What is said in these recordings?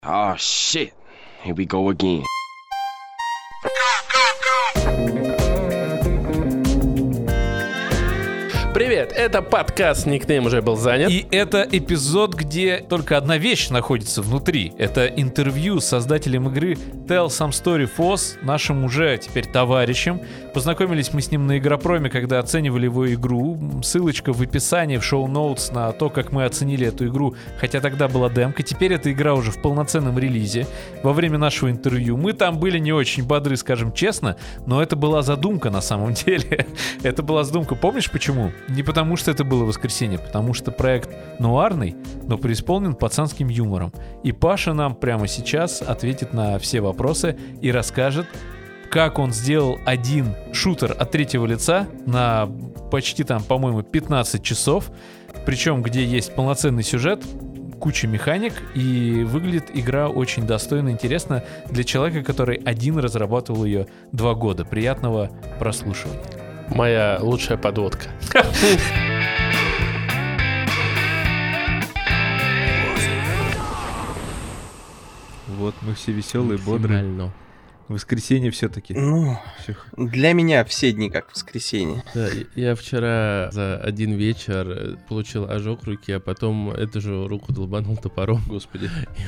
Oh shit, here we go again. Привет, это подкаст «Никнейм уже был занят». И это эпизод, где только одна вещь находится внутри. Это интервью с создателем игры Tell Some Story FOSS, нашим уже теперь товарищем. Познакомились мы с ним на Игропроме, когда оценивали его игру. Ссылочка в описании, в шоу-ноутс на то, как мы оценили эту игру, хотя тогда была демка. Теперь эта игра уже в полноценном релизе. Во время нашего интервью мы там были не очень бодры, скажем честно, но это была задумка на самом деле. Это была задумка. Помнишь почему? Не потому, что это было воскресенье, потому что проект нуарный, но преисполнен пацанским юмором. И Паша нам прямо сейчас ответит на все вопросы и расскажет, как он сделал один шутер от третьего лица на почти там, по-моему, 15 часов, причем где есть полноценный сюжет, куча механик, и выглядит игра очень достойно и интересно для человека, который один разрабатывал ее 2 года. Приятного прослушивания. Моя лучшая подводка. Вот, мы все веселые, бодрые. Воскресенье все-таки. Ну, для меня все дни как воскресенье. Да, я вчера за один вечер получил ожог руки, а потом эту же руку долбанул топором. Господи.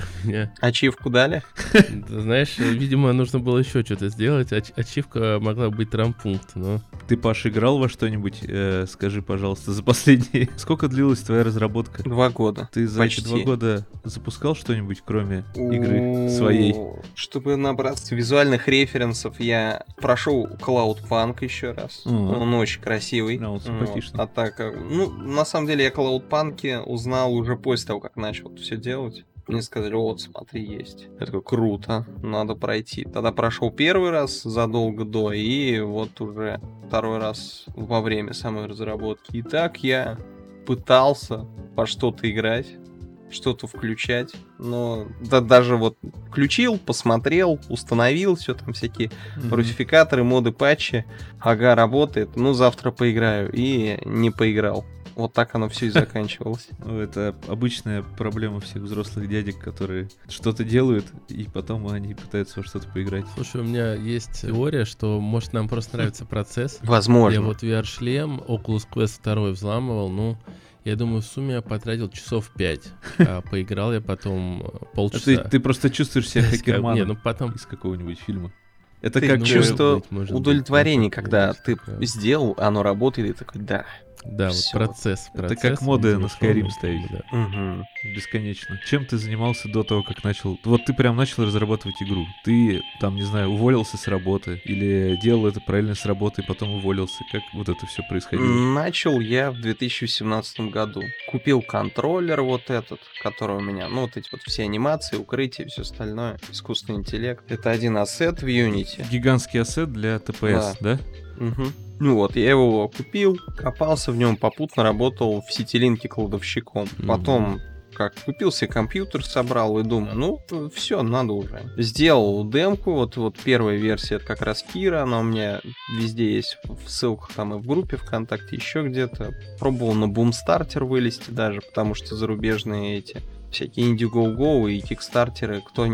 Ачивку дали? Знаешь, видимо, нужно было еще что-то сделать. Ачивка могла быть травмпункт, но... Ты, Паша, играл во что-нибудь? Скажи, пожалуйста, за последние... Сколько длилась твоя разработка? 2 года. Ты за эти 2 года запускал что-нибудь, кроме игры своей? Чтобы набраться визуальных референсов, я прошел Cloudpunk еще раз. Он очень красивый. Да, он симпатичный. А так, на самом деле я Cloudpunk узнал уже после того, как начал все делать. Мне сказали, вот, смотри, есть. Я такой, круто, надо пройти. Тогда прошел первый раз задолго до, и вот уже 2-й раз во время самой разработки. И так я пытался во что-то играть, что-то включать, но даже вот включил, посмотрел, установил, все там всякие рутификаторы, моды, патчи. Ага, работает, завтра поиграю. И не поиграл. Вот так оно все и заканчивалось. Это обычная проблема всех взрослых дядек, которые что-то делают, и потом они пытаются во что-то поиграть. Слушай, у меня есть теория, что, может, нам просто нравится процесс. Возможно. Я вот VR-шлем, Oculus Quest 2 взламывал, я думаю, в сумме я потратил часов 5, а поиграл я потом полчаса. Ты просто чувствуешь себя хакерманом потом... из какого-нибудь фильма. Это ты как чувство удовлетворения, когда ты сделал, оно работает, и такой, да. Да, всё. Вот процесс. Это как моды на Skyrim ставить. Да. Угу. Бесконечно. Чем ты занимался до того, как начал? Вот ты прям начал разрабатывать игру. Ты, там, не знаю, уволился с работы или делал это параллельно с работой, потом уволился. Как вот это все происходило? Начал я в 2017 году. Купил контроллер вот этот, который у меня, вот эти вот все анимации, укрытия и все остальное. Искусственный интеллект. Это один ассет в Unity. Гигантский ассет для TPS, да? Угу. Я его купил, копался в нем, попутно работал в Ситилинке кладовщиком. Потом, как купил себе компьютер, собрал и думаю, все, надо уже. Сделал демку, вот первая версия, это как раз Кира, она у меня везде есть в ссылках, там и в группе ВКонтакте, еще где-то. Пробовал на Boomstarter вылезти даже, потому что зарубежные эти всякие Indiegogo и Кикстартеры, кто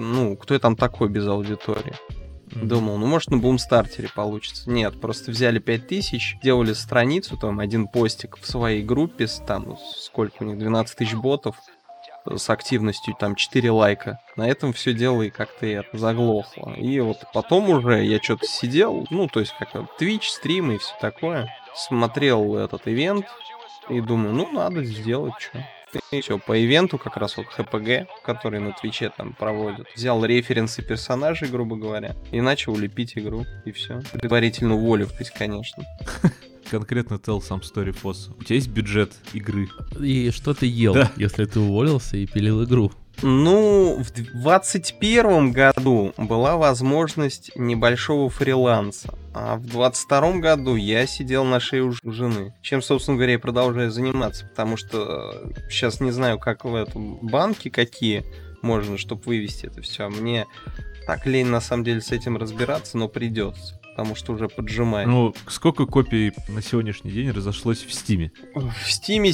я там такой без аудитории. Думал, может на Бумстартере получится. Нет, просто взяли 5000, делали страницу, там один постик в своей группе, там сколько у них, 12 тысяч ботов с активностью, там 4 лайка. На этом все дело и как-то это заглохло. И вот потом уже я что-то сидел, то есть как Twitch, стримы и все такое. Смотрел этот ивент и думаю, надо сделать что. И все, по ивенту как раз вот ХПГ, который на Твиче там проводят. Взял референсы персонажей, грубо говоря, и начал лепить игру, и все. Предварительно уволившись, конечно. Конкретно Tell Some Story FOSS. У тебя есть бюджет игры? И что ты ел, если ты уволился и пилил игру? В 2021 году была возможность небольшого фриланса, а в 2022 году я сидел на шее у жены. Чем, собственно говоря, и продолжаю заниматься, потому что сейчас не знаю, как в этом банке какие можно, чтобы вывести это все. Мне так лень, на самом деле, с этим разбираться, но придется. потому что уже поджимает. Ну, сколько копий на сегодняшний день разошлось в Стиме? В Стиме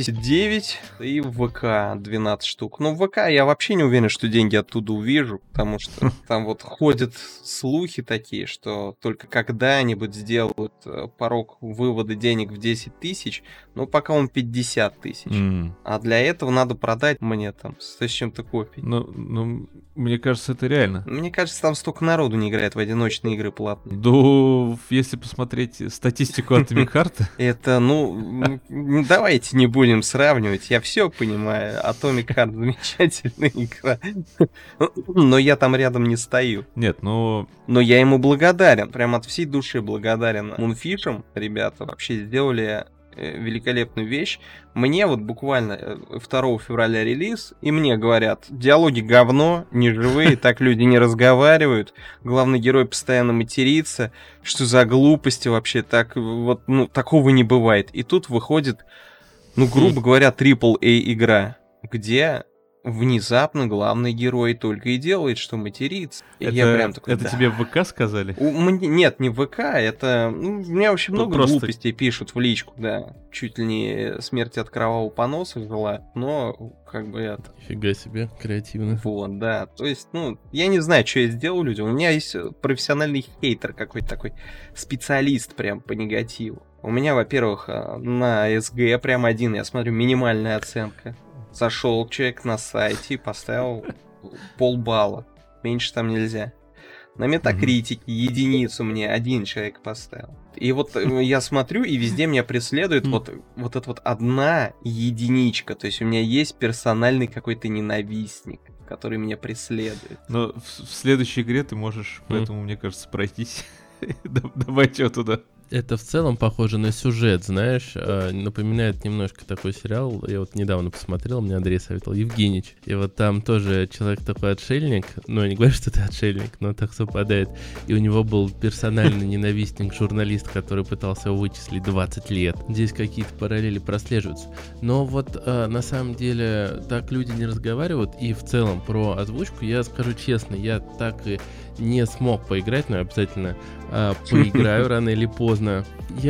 79 и в ВК 12 штук. Но в ВК я вообще не уверен, что деньги оттуда увижу, потому что там вот ходят слухи такие, что только когда-нибудь сделают порог вывода денег в 10 тысяч, но пока он 50 тысяч. А для этого надо продать мне там 100 с чем-то копий. Ну, мне кажется, это реально. Мне кажется, там столько народу не играет в одиночные игры платные. Да, если посмотреть статистику Atomic Heart... Это, давайте не будем сравнивать. Я все понимаю. Atomic Heart замечательная игра. Но я там рядом не стою. Нет, но я ему благодарен. Прям от всей души благодарен. Moonfish'ам ребята вообще сделали великолепную вещь. Мне вот буквально 2 февраля релиз, и мне говорят, диалоги говно, не живые, так люди не разговаривают, главный герой постоянно матерится, что за глупости вообще, так вот, такого не бывает. И тут выходит, грубо говоря, AAA игра, где внезапно главный герой только и делает, что матерится. Это, я прям такой, это тебе в ВК сказали? Нет, не в ВК, это... у меня вообще много просто... глупостей пишут в личку, да. Чуть ли не смерти от кровавого поноса желают, но как бы это... Нифига себе, креативно. Вот, да. То есть, я не знаю, что я сделал людям. У меня есть профессиональный хейтер какой-то такой, специалист прям по негативу. У меня, во-первых, на СГ прям один, я смотрю, минимальная оценка. Зашел человек на сайте и поставил 0,5 балла. Меньше там нельзя. На Метакритике единицу мне один человек поставил. И вот я смотрю, и везде меня преследует вот эта вот одна единичка. То есть у меня есть персональный какой-то ненавистник, который меня преследует. Но в следующей игре ты можешь, поэтому, мне кажется, пройтись. Добавить его туда. Это в целом похоже на сюжет, знаешь, напоминает немножко такой сериал, я вот недавно посмотрел, мне Андрей советовал, Евгенич, и вот там тоже человек такой отшельник, я не говорю, что ты отшельник, но так совпадает, и у него был персональный ненавистник, журналист, который пытался его вычислить 20 лет. Здесь какие-то параллели прослеживаются. Но вот на самом деле так люди не разговаривают, и в целом про озвучку я скажу честно, я так и не смог поиграть, но я обязательно поиграю рано или поздно.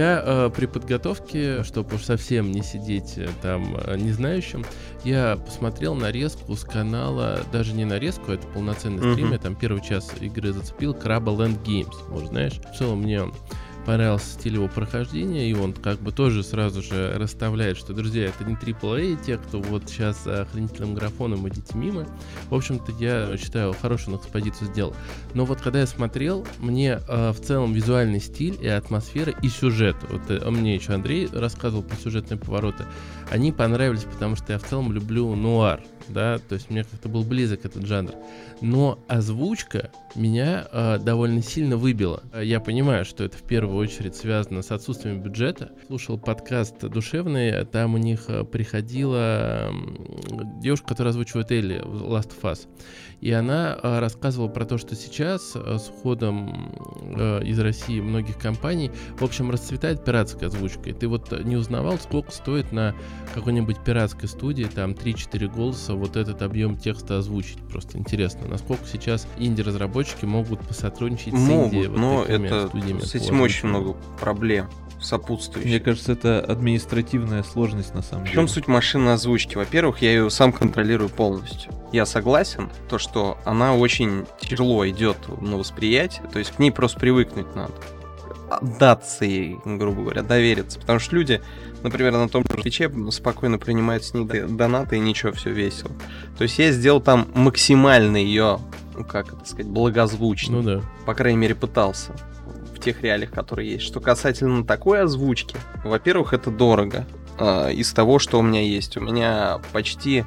Я при подготовке, чтобы уж совсем не сидеть там незнающим, я посмотрел нарезку с канала, даже не нарезку, это полноценный стрим, я там первый час игры зацепил, Crabble Land Games, может, знаешь. В целом мне понравился стиль его прохождения, и он как бы тоже сразу же расставляет, что, друзья, это не AAA, те, кто вот сейчас за охренительным графоном, идите мимо. В общем-то, я считаю, хорошую экспозицию сделал. Но вот когда я смотрел, мне в целом визуальный стиль и атмосфера, и сюжет, вот мне еще Андрей рассказывал про сюжетные повороты, они понравились, потому что я в целом люблю нуар, да, то есть мне как-то был близок этот жанр. Но озвучка меня довольно сильно выбила. Я понимаю, что это в первую очередь связано с отсутствием бюджета. Слушал подкаст «Душевный», там у них приходила девушка, которая озвучивает Элли в Last of Us. И она рассказывала про то, что сейчас с уходом из России многих компаний, в общем, расцветает пиратская озвучка. И ты вот не узнавал, сколько стоит на какой-нибудь пиратской студии, там 3-4 голоса, вот этот объем текста озвучить. Просто интересно, насколько сейчас инди-разработчики могут посотрудничать с инди вот такими студиями. С этим очень много проблем сопутствующих. Мне кажется, это административная сложность на самом деле. В чем суть машинной озвучки? Во-первых, я ее сам контролирую полностью. Я согласен, то, что она очень тяжело идет на восприятие, то есть к ней просто привыкнуть надо. Отдаться ей, грубо говоря, довериться. Потому что люди, например, на том же Твиче спокойно принимают с ней донаты, и ничего, все весело. То есть я сделал там максимально ее, как это сказать, благозвучно. Да. По крайней мере, пытался. В тех реалиях, которые есть. Что касательно такой озвучки, во-первых, это дорого. Из того, что у меня есть. У меня почти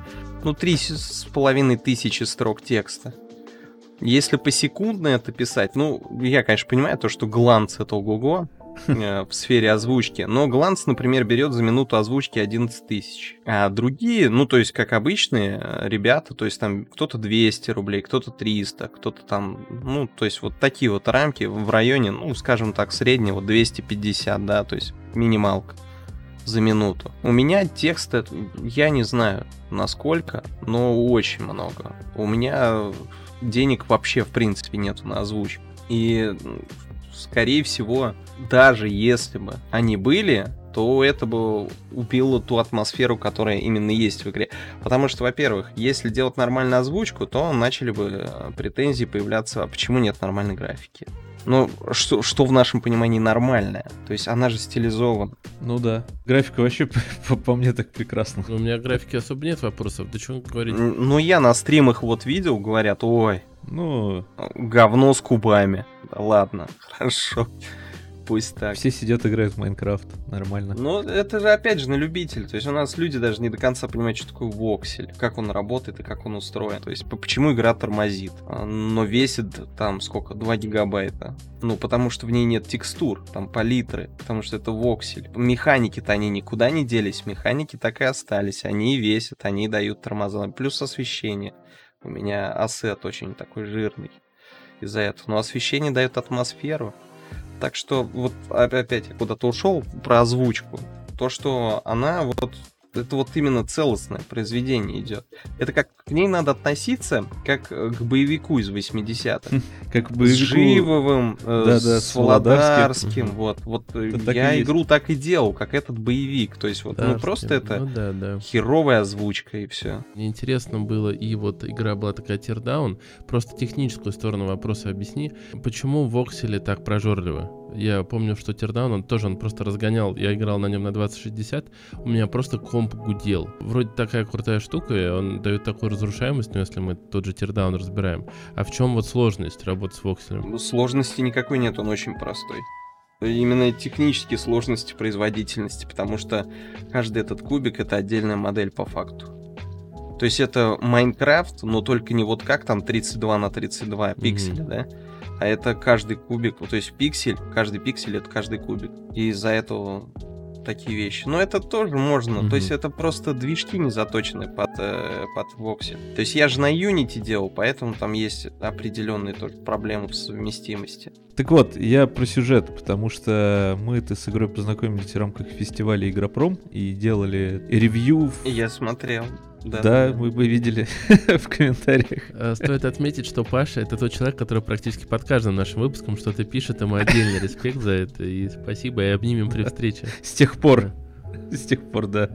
3500 строк текста. Если посекундно это писать, я, конечно, понимаю то, что гланс это ого-го в сфере озвучки, но гланс, например, берет за минуту озвучки 11 тысяч. А другие, то есть, как обычные ребята, то есть, там кто-то 200 рублей, кто-то 300, кто-то там, то есть, вот такие вот рамки в районе, скажем так, среднего 250, да, то есть, минималка за минуту. У меня текст, я не знаю насколько, но очень много. У меня денег вообще в принципе нету на озвучку. И скорее всего, даже если бы они были, то это бы убило ту атмосферу, которая именно есть в игре. Потому что, во-первых, если делать нормальную озвучку, то начали бы претензии появляться, а почему нет нормальной графики. Ну, что в нашем понимании нормальное? То есть она же стилизована. Ну да. Графика вообще по мне так прекрасна. У меня графики особо нет вопросов. Да что говорить? Ну, я на стримах вот видел, говорят, ой, Ну, говно с кубами. Да ладно, хорошо. Пусть так. все сидят, играют в Майнкрафт. Нормально. Но это же опять же на любителя. То есть у нас люди даже не до конца понимают, что такое воксель, как он работает и как он устроен. То есть почему игра тормозит, но весит там сколько? 2 гигабайта. Ну, потому что в ней нет текстур, там палитры, потому что это воксель. Механики-то они никуда не делись, механики так и остались. Они и весят, они и дают тормоза. Плюс освещение. У меня ассет очень такой жирный из-за этого. Но освещение дает атмосферу. Так что вот опять я куда-то ушел про озвучку. То, что она вот... Это вот именно целостное произведение идет. Это как к ней надо относиться, как к боевику из 80-х. Как С боевику. Живовым, с Володарским. Мгм. Вот так я и есть. игру так и делал, как этот боевик. То есть вот ну, просто это Ну да. херовая озвучка и все. Мне интересно было, и вот игра была такая teardown, просто техническую сторону вопроса объясни, почему в Вокселе так прожорливо? Я помню, что teardown, он просто разгонял, я играл на нем на 2060, у меня просто комп гудел. Вроде такая крутая штука, и он дает такую разрушаемость, но если мы тот же teardown разбираем. А в чем вот сложность работы с Вокселем? Сложности никакой нет, он очень простой. Именно технические сложности производительности, потому что каждый этот кубик — это отдельная модель по факту. То есть это Майнкрафт, но только не вот как там 32 на 32 пикселя, да? А это каждый кубик, то есть пиксель, каждый пиксель — это каждый кубик. И из-за этого такие вещи. Но это тоже можно. То есть это просто движки не заточены под воксель. То есть я же на Unity делал, поэтому там есть определенные тоже проблемы в совместимости. Так вот, я про сюжет, потому что мы-то с игрой познакомились в рамках фестиваля Игропром и делали ревью. И я смотрел. Да, мы бы видели в комментариях. Стоит отметить, что Паша — это тот человек, который практически под каждым нашим выпуском что-то пишет, ему отдельный респект за это, и спасибо, и обнимем при встрече. С тех пор, да.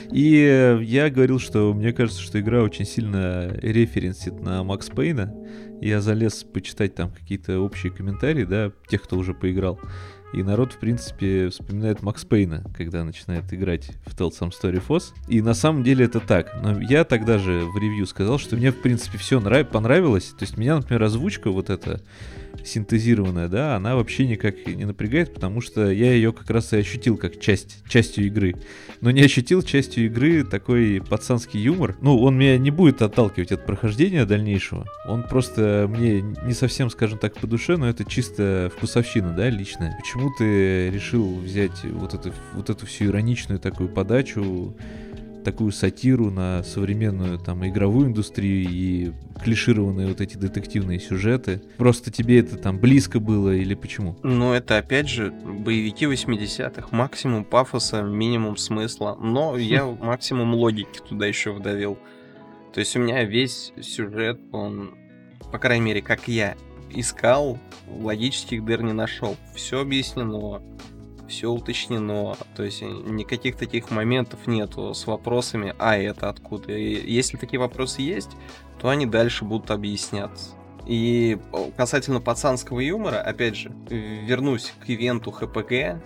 И я говорил, что мне кажется, что игра очень сильно референсит на Макс Пейна. Я залез почитать там какие-то общие комментарии, да, тех, кто уже поиграл. И народ, в принципе, вспоминает Макс Пейна, когда начинает играть в Tell Some Story Foss. И на самом деле это так. Но я тогда же в ревью сказал, что мне, в принципе, все понравилось. То есть меня, например, озвучка вот эта синтезированная, да, она вообще никак не напрягает, потому что я ее как раз и ощутил как частью игры. Но не ощутил частью игры такой пацанский юмор. Ну, он меня не будет отталкивать от прохождения дальнейшего. Он просто мне не совсем, скажем так, по душе, но это чисто вкусовщина, да, личная. Почему ты решил взять вот эту всю ироничную такую подачу, такую сатиру на современную там игровую индустрию и клишированные вот эти детективные сюжеты? Просто тебе это там близко было или почему? Ну, это опять же боевики 80-х. Максимум пафоса, минимум смысла. Но я максимум логики туда еще вдавил. То есть у меня весь сюжет, он, по крайней мере, как я искал, логических дыр не нашел. Все объяснено. Все уточнено, то есть никаких таких моментов нету с вопросами, а это откуда. И если такие вопросы есть, то они дальше будут объясняться. И касательно пацанского юмора, опять же, вернусь к ивенту ХПГ,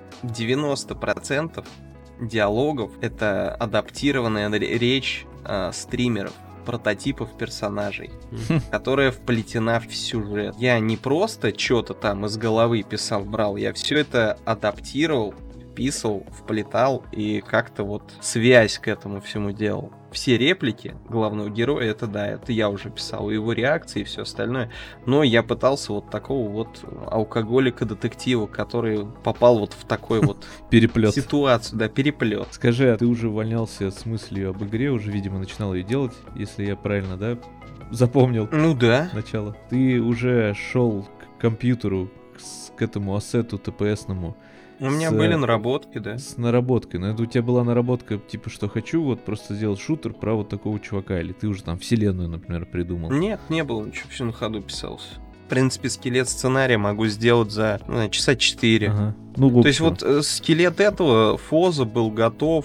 90% диалогов — это адаптированная речь стримеров, прототипов персонажей, которая вплетена в сюжет. Я не просто что-то там из головы писал, брал, я все это адаптировал, вписывал, вплетал и как-то вот связь к этому всему делал. Все реплики главного героя, это я уже писал, и его реакции, и все остальное. Но я пытался вот такого вот алкоголика-детектива, который попал вот в такой вот переплет. Ситуацию, да, переплет. Скажи, а ты уже увольнялся с мыслью об игре, уже, видимо, начинал ее делать, если я правильно, да, запомнил? Ну да. Начало. Ты уже шел к компьютеру, к этому ассету ТПСному. У меня были наработки, да. С наработкой. Но это у тебя была наработка, типа, что хочу вот просто сделать шутер про вот такого чувака. Или ты уже там вселенную, например, придумал? Нет, не было ничего, все на ходу писался. принципе, скелет сценария могу сделать за часа 4. Ага. Ну, в То есть общем. вот скелет этого Фоза был готов,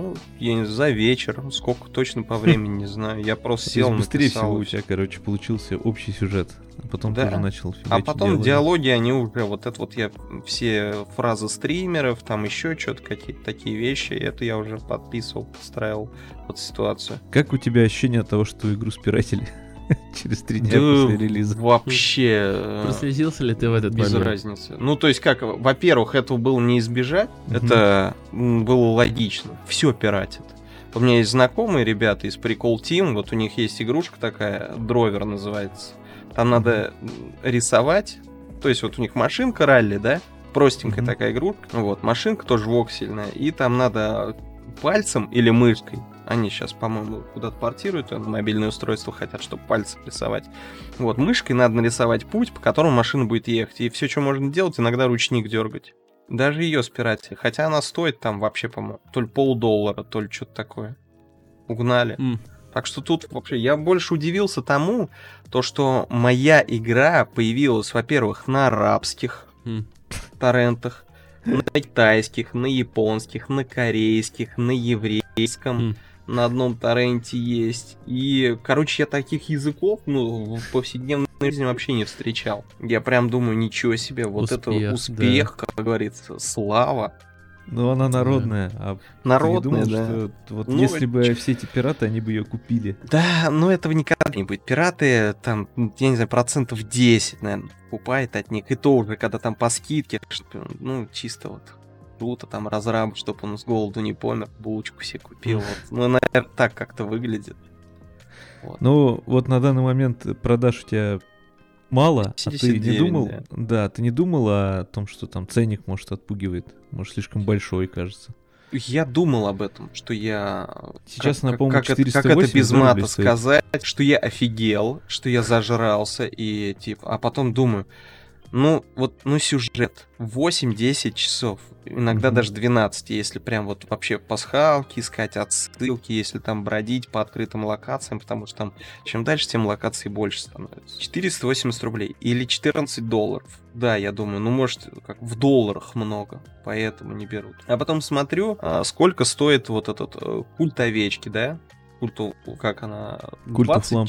я не знаю, за вечер. Сколько точно по времени, не знаю. Я просто То есть сел, быстрее написал. всего у тебя, короче, получился общий сюжет. А потом Да. тоже начал фигачить А потом диалоги. диалоги, они уже, вот это вот я все фразы стримеров, там еще что-то, какие-то такие вещи, это я уже подписывал, подстраивал под ситуацию. Как у тебя ощущение от того, что игру спиратели через 3 дня Да после релиза? вообще Прослезился ли ты в этот без момент? разницы. Ну, то есть как, во-первых, этого было не избежать, Мгм. это было логично. Все пиратит. У меня есть знакомые ребята из Prikol Team, вот у них есть игрушка такая, Дровер называется. Там надо рисовать, то есть вот у них машинка ралли, да, простенькая Мгм. такая игрушка, вот, машинка тоже воксельная, и там надо пальцем или мышкой, они сейчас, по-моему, куда-то портируют, на мобильное устройство хотят, чтобы пальцем рисовать. Вот, мышкой надо нарисовать путь, по которому машина будет ехать, и все, что можно делать, иногда ручник дергать. Даже ее спиратили, хотя она стоит там вообще, по-моему, то ли $0.50, то ли что-то такое. Угнали. Так что тут вообще я больше удивился тому, то что моя игра появилась, во-первых, на арабских торрентах, на китайских, на японских, на корейских, на еврейском. На одном торренте есть. И, короче, я таких языков, в повседневной жизни вообще не встречал. Я прям думаю, ничего себе, вот это Успех, успех, как говорится, слава. Ну, она народная. А Народная, ты не да. думал, что вот Ну, если бы все эти пираты, они бы ее купили? Да, но этого никогда не будет. Пираты, там, я не знаю, 10%, наверное, покупает от них. И то уже, когда там по скидке, чисто вот круто, там, разраб, чтобы он с голоду не помер, булочку себе купил. Вот. Ну, наверное, так как-то выглядит. Вот. Ну, вот на данный момент продаж у тебя мало, а ты не 59, думал? да. Да, ты не думал о том, что там ценник, может, отпугивает? Может, слишком большой, кажется. Я думал об этом, что я... Сейчас она, по-моему, как это 480 без рублей мата стоит. сказать, что я офигел, что я зажрался, и типа... А потом думаю, сюжет 8-10 часов, иногда Мгм. даже 12, если прям вот вообще пасхалки искать, отсылки, если там бродить по открытым локациям, потому что там чем дальше, тем локаций больше становится. 480 рублей или $14. Да, я думаю, может, как в долларах много, поэтому не берут. А потом смотрю, сколько стоит вот этот культ овечки, да? Культу, как она? Cult of Lamp.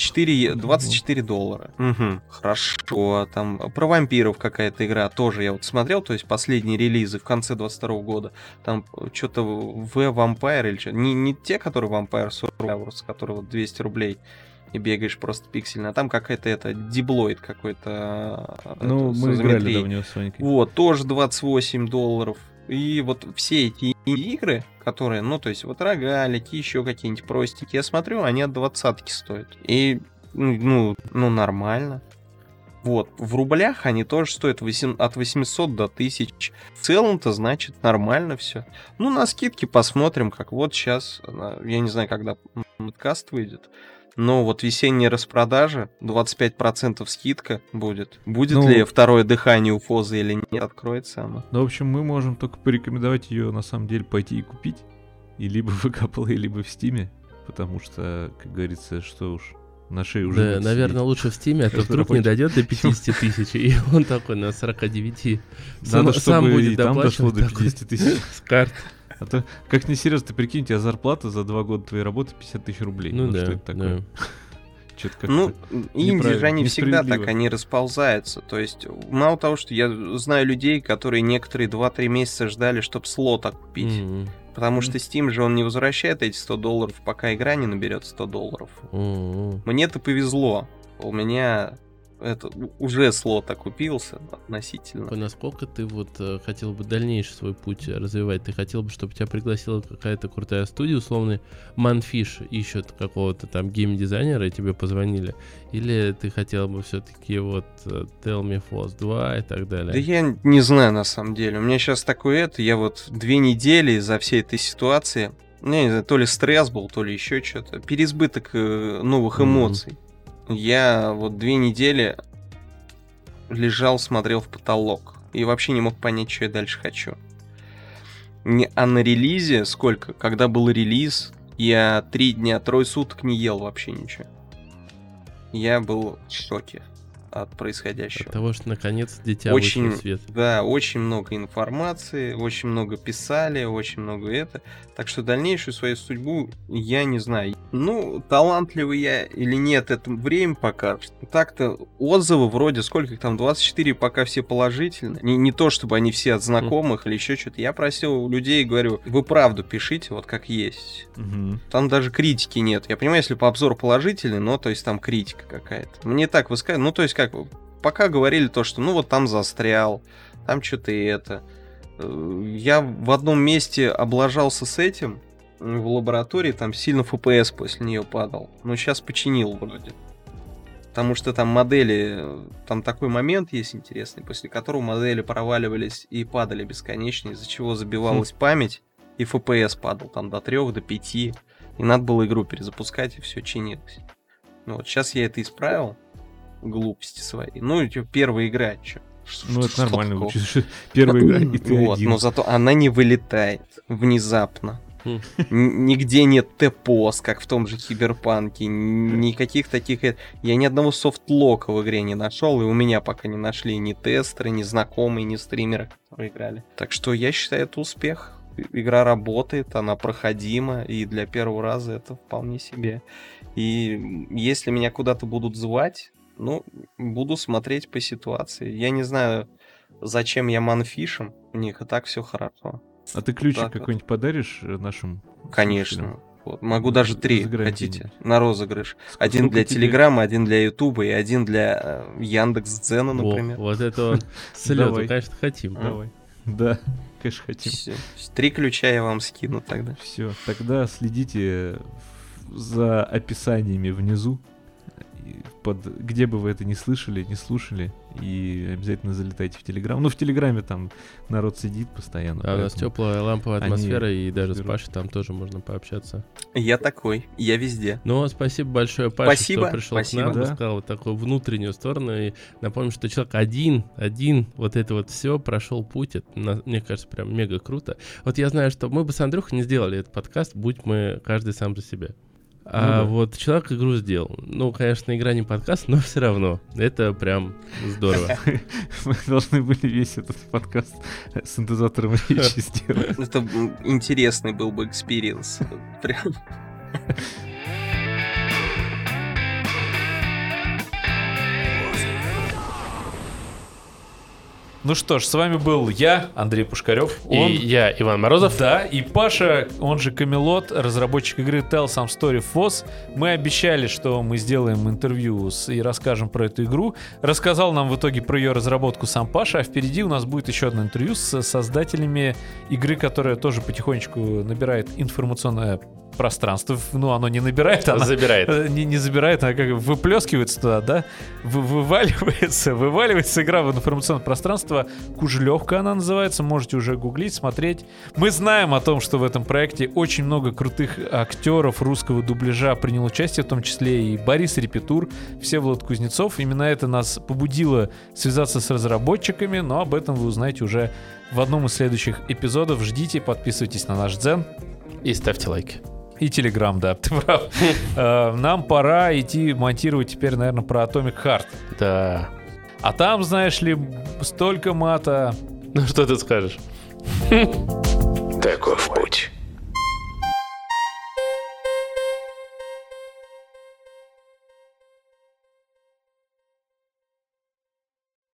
$24. Угу, хорошо. Там про вампиров какая-то игра тоже я вот смотрел, то есть последние релизы в конце 22 года. Там что-то V-Vampire или что. Не те, которые Vampire Survivors, которые вот 200 рублей и бегаешь просто пиксельно, а там какая-то диблоид какой-то. Ну, с мы играли изометрией. давно с Ванькой. Вот, тоже $28. И вот все эти игры, которые, то есть вот рогалики, еще какие-нибудь простенькие, я смотрю, они от 20-ки стоят. И, нормально. Вот, в рублях они тоже стоят от 800 до 1000. В целом-то, значит, нормально все. На скидки посмотрим, как вот сейчас, я не знаю, когда подкаст выйдет, но вот весенняя распродажа, 25% скидка будет. Будет ли второе дыхание у Фоза или нет, откроется она. Ну, в общем, мы можем только порекомендовать ее, на самом деле, пойти и купить. И либо в ВК Play, либо в Стиме. Потому что, как говорится, что уж, на шее уже... Да, будет наверное, сидеть. лучше в Стиме, а то Каждый вдруг не рабочий. дойдет до 50 тысяч, и он такой на 49. Надо, Сам чтобы будет и там дошло доплачивать до такой 50 тысяч. с карт. А то, как несерьезно, ты прикинь, у тебя зарплата за 2 года твоей работы 50 тысяч рублей. Ну что да, это такое? да. Что-то как-то... Инди же неправильно, они всегда несправедливо. так, они расползаются. То есть, мало того, что я знаю людей, которые некоторые 2-3 месяца ждали, чтобы слота купить. М-м. Потому что Steam же он не возвращает эти $100, пока игра не наберет $100. М-м. Мне-то повезло. У меня уже слот окупился относительно. Насколько ты хотел бы дальнейший свой путь развивать? Ты хотел бы, чтобы тебя пригласила какая-то крутая студия, условный Манфиш ищет какого-то там геймдизайнера, и тебе позвонили? Или ты хотел бы все-таки Tell Me Force 2 и так далее? Да я не знаю на самом деле. У меня сейчас такое я 2 недели из-за всей этой ситуации, я не знаю, то ли стресс был, то ли еще что-то, переизбыток новых эмоций. Я 2 недели лежал, смотрел в потолок и вообще не мог понять, что я дальше хочу. А на релизе сколько? Когда был релиз, я 3 дня, 3 суток не ел вообще ничего. Я был в шоке от происходящего. От того, что наконец дитя Очень, вышло в свет. да, очень много информации, очень много писали, очень много это. Так что дальнейшую свою судьбу я не знаю. Ну, талантливый я или нет, это время покажет. Так-то отзывы вроде, сколько их там, 24, пока все положительные. Не то, чтобы они все от знакомых или еще что-то. Я просил у людей, говорю, вы правду пишите, вот как есть. Там даже критики нет. Я понимаю, если по обзору положительный, но то есть там критика какая-то. Мне так высказывают, ну то есть как, пока говорили то, что ну вот там застрял, там что-то и это. Я в одном месте облажался с этим в лаборатории, там сильно FPS после нее падал. Но сейчас починил вроде. Потому что там модели, там такой момент есть интересный, после которого модели проваливались и падали бесконечно, из-за чего забивалась память, и FPS падал там до 3, до 5. И надо было игру перезапускать, и все чинилось. Ну вот сейчас я это исправил, глупости свои. Ну, первая игра, что? Ну, это нормально, учишь. Первая игра, и ты вот, один. но зато она не вылетает внезапно. Нигде нет Т-поз, как в том же Киберпанке. Никаких таких... Я ни одного софтлока в игре не нашел, и у меня пока не нашли ни тестеры, ни знакомые, ни стримеры, которые играли. Так что я считаю, это успех. Игра работает, она проходима, и для первого раза это вполне себе. И если меня куда-то будут звать, ну, буду смотреть по ситуации. Я не знаю, зачем я манфишем, у них и так все хорошо. А ты ключик так какой-нибудь подаришь нашим? Конечно. Вот. Могу даже 3, Разыграем хотите, где-нибудь. на розыгрыш. Один Сколько для тебе? Телеграма, один для Ютуба и один для Яндекс.Дзена, Во, например. вот это он с лёту, Давай. конечно, хотим. Давай. Да, конечно, хотим. Всё. 3 ключа я вам скину тогда. Все, тогда следите за описаниями внизу, где бы вы это не слышали, не слушали, и обязательно залетайте в Телеграм. Ну, в Телеграме там народ сидит постоянно. А у нас поэтому теплая ламповая они атмосфера, и даже с берут. Пашей там тоже можно пообщаться. Я такой, я везде. Ну, спасибо большое, Паша, Спасибо, что пришел спасибо. к нам, Да. рассказал вот такую внутреннюю сторону. И напомню, что человек один, вот это вот все, прошел путь. Это, мне кажется, прям мега круто. Вот я знаю, что мы бы с Андрюхой не сделали этот подкаст, будь мы каждый сам за себя. А да. вот человек игру сделал. Ну, конечно, игра не подкаст, но все равно. Это прям здорово. Мы должны были весь этот подкаст с синтезатором речи сделать. Это интересный был бы экспириенс. Прям. Ну что ж, с вами был я, Андрей Пушкарев. И я, Иван Морозов. Да, и Паша, он же Камелот, разработчик игры Tell Some Story FOSS. Мы обещали, что мы сделаем интервью и расскажем про эту игру. Рассказал нам в итоге про ее разработку сам Паша, а впереди у нас будет еще одно интервью с создателями игры, которая тоже потихонечку набирает информационное пространство. Ну, оно не набирает, оно Забирает. не забирает, а как выплескивается туда, да? Вываливается игра в информационное пространство. Кужелевка она называется, можете уже гуглить, смотреть. Мы знаем о том, что в этом проекте очень много крутых актеров русского дубляжа принял участие, в том числе и Борис Репетур, Всеволод Кузнецов. Именно это нас побудило связаться с разработчиками, но об этом вы узнаете уже в одном из следующих эпизодов. Ждите, подписывайтесь на наш Дзен. И ставьте лайки. И Телеграм, да, ты прав. Нам пора идти монтировать теперь, наверное, про Atomic Heart. Да. А там, знаешь ли, столько мата. Ну что ты скажешь? Таков путь.